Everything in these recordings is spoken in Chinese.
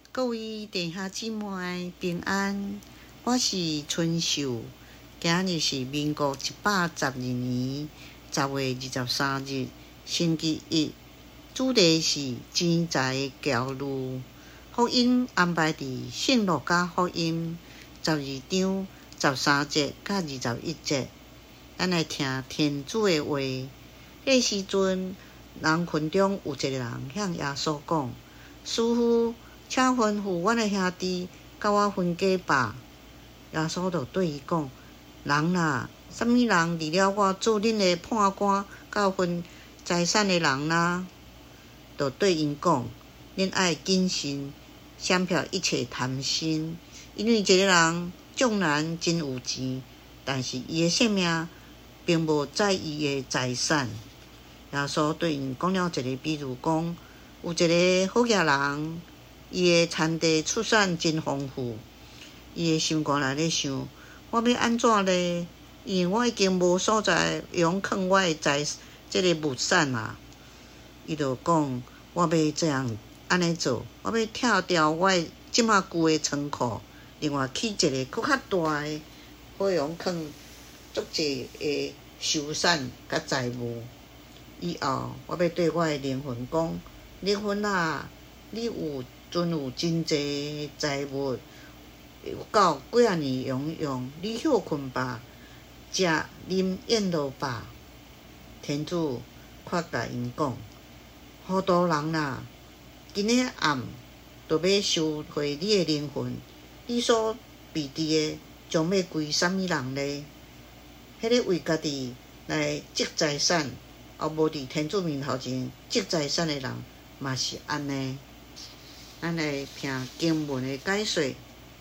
各位弟兄姊妹平安，我是春秀。今日是民国112年10月23日，星期一。主题是钱财的桥路。福音安排伫圣路加福音12章13节到21节。咱来听天主的话。迄时阵，人群中有一个人向耶稣讲：“师父，请吩咐阮的兄弟甲我分家吧。”耶稣就对伊讲：“人啦，什么人离了我做恁的判官甲分财产的人啦？”就对因讲：“恁爱谨慎，闪避一切贪心，因为一个人纵然真有钱，但是伊的性命并无在伊的财产。”耶稣对因讲了一个比喻，讲有一个好野人，伊的田地出产真丰富，伊的心肝内咧想：我要安怎咧？因为我已经无所在用藏我的这个物产啊。伊就讲：我要这样安尼做，我要拆掉我即马旧的仓库，另外起一个搁较大的，好用藏足济的收产甲财物。以后，我要对我的灵魂讲：灵魂啊，你有真真济财物，有够几啊年用，你休困吧，食啉宴乐吧。天主却甲因讲：糊涂人啊，今日暗就要收回你的灵魂，你所避伫的将要归什么人呢？迄个为家己来积财产，也无伫天主面头前积财产的人，嘛是安尼。咱来听经文的解说。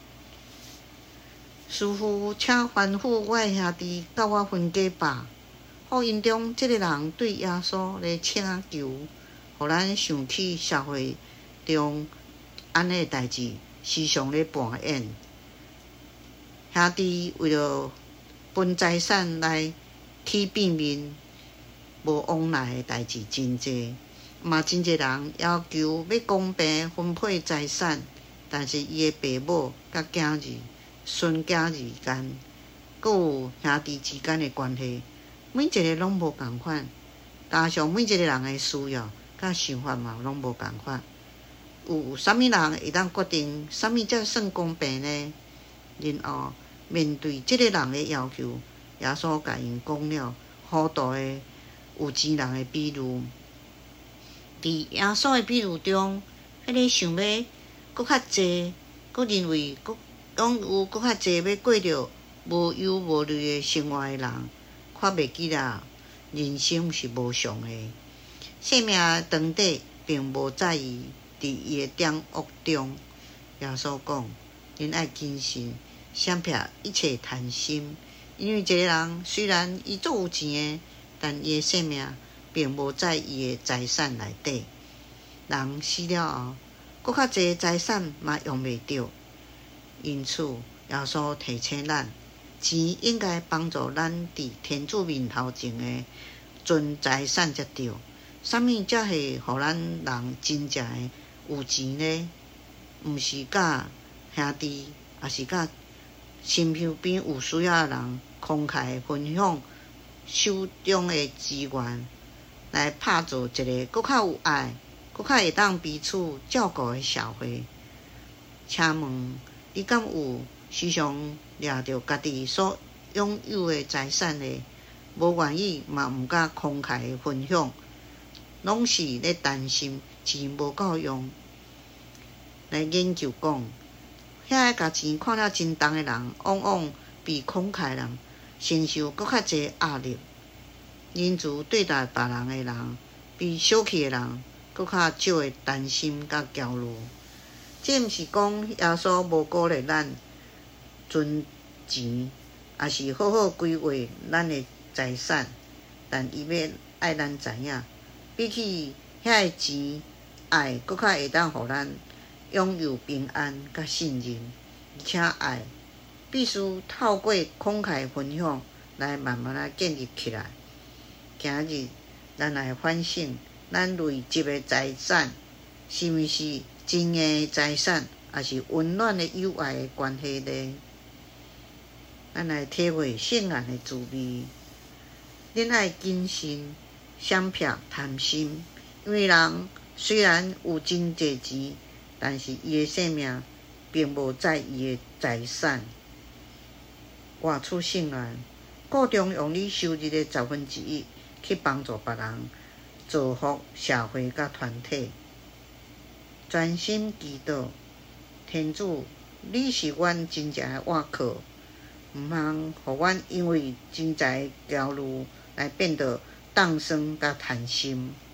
师父，请吩咐我的兄弟甲我分家吧。福音中，这个人对耶稣来请求，互咱想起社会中安尼的代志，时常咧扮演。兄弟为了分财产来起变面，无往来的代志真济，嘛真济人要求要公平分配财产，但是伊的爸母甲囝儿、孙囝儿间，阁有兄弟之间的关系，每一个拢无共款，加上每一个人的需要甲想法嘛拢无共款。有啥物人会当决定啥物才算公平呢？然后面对这个人的要求，耶稣甲因讲了糊涂的有钱人的比喻。伫耶稣的比喻中，迄个想要搁较济，搁认为拥有搁较济要过着无忧无虑的生活的人，却袂记啦，人生是无常的，生命长短并无在于伫伊的掌握中。耶稣讲：恁爱谨慎，闪避一切贪心，因为一个人虽然伊足有钱的，但伊的生命并无在伊的财产内底。人死了后，搁较济财产嘛用袂着。因此，耶稣提醒咱，钱应该帮助咱伫天主面头前的存财产才对。啥物才是互咱人真正的有钱呢？毋是甲兄弟，也是甲身边有需要的人慷慨分享手中的资源，来拍造一个搁较有爱、搁较会当彼此照顾的社会。请问，你敢有时常掠着家己所拥有的财产呢？无愿意嘛毋敢慷慨分享，拢是咧担心钱无够用。来研究讲，遐个甲钱看了真重的人，往往比慷慨人承受搁较济压力。仁慈对待别人的人，比小气的人搁较少会担心甲焦虑。这毋是讲耶稣无鼓励咱存钱，也是好好规划咱的财产，但伊要爱咱知影，比起遐个钱，爱搁较会当互咱拥有平安甲信任，而且爱必须透过慷慨分享来慢慢啊建立起来。今日咱来反省，咱累积的财产是毋是真的财产， 也是温暖的友爱的关系呢？咱来体会性爱的滋味。恋爱谨慎，闪避贪心，因为人虽然有真济钱，但是伊的性命并无在伊的财产。外出性爱，顾重用你收入的1/10去帮助别人，造福社会甲团体。专心祈祷，天主，你是阮真正的倚靠，毋通互阮因为金钱的焦虑来变得当生甲贪心。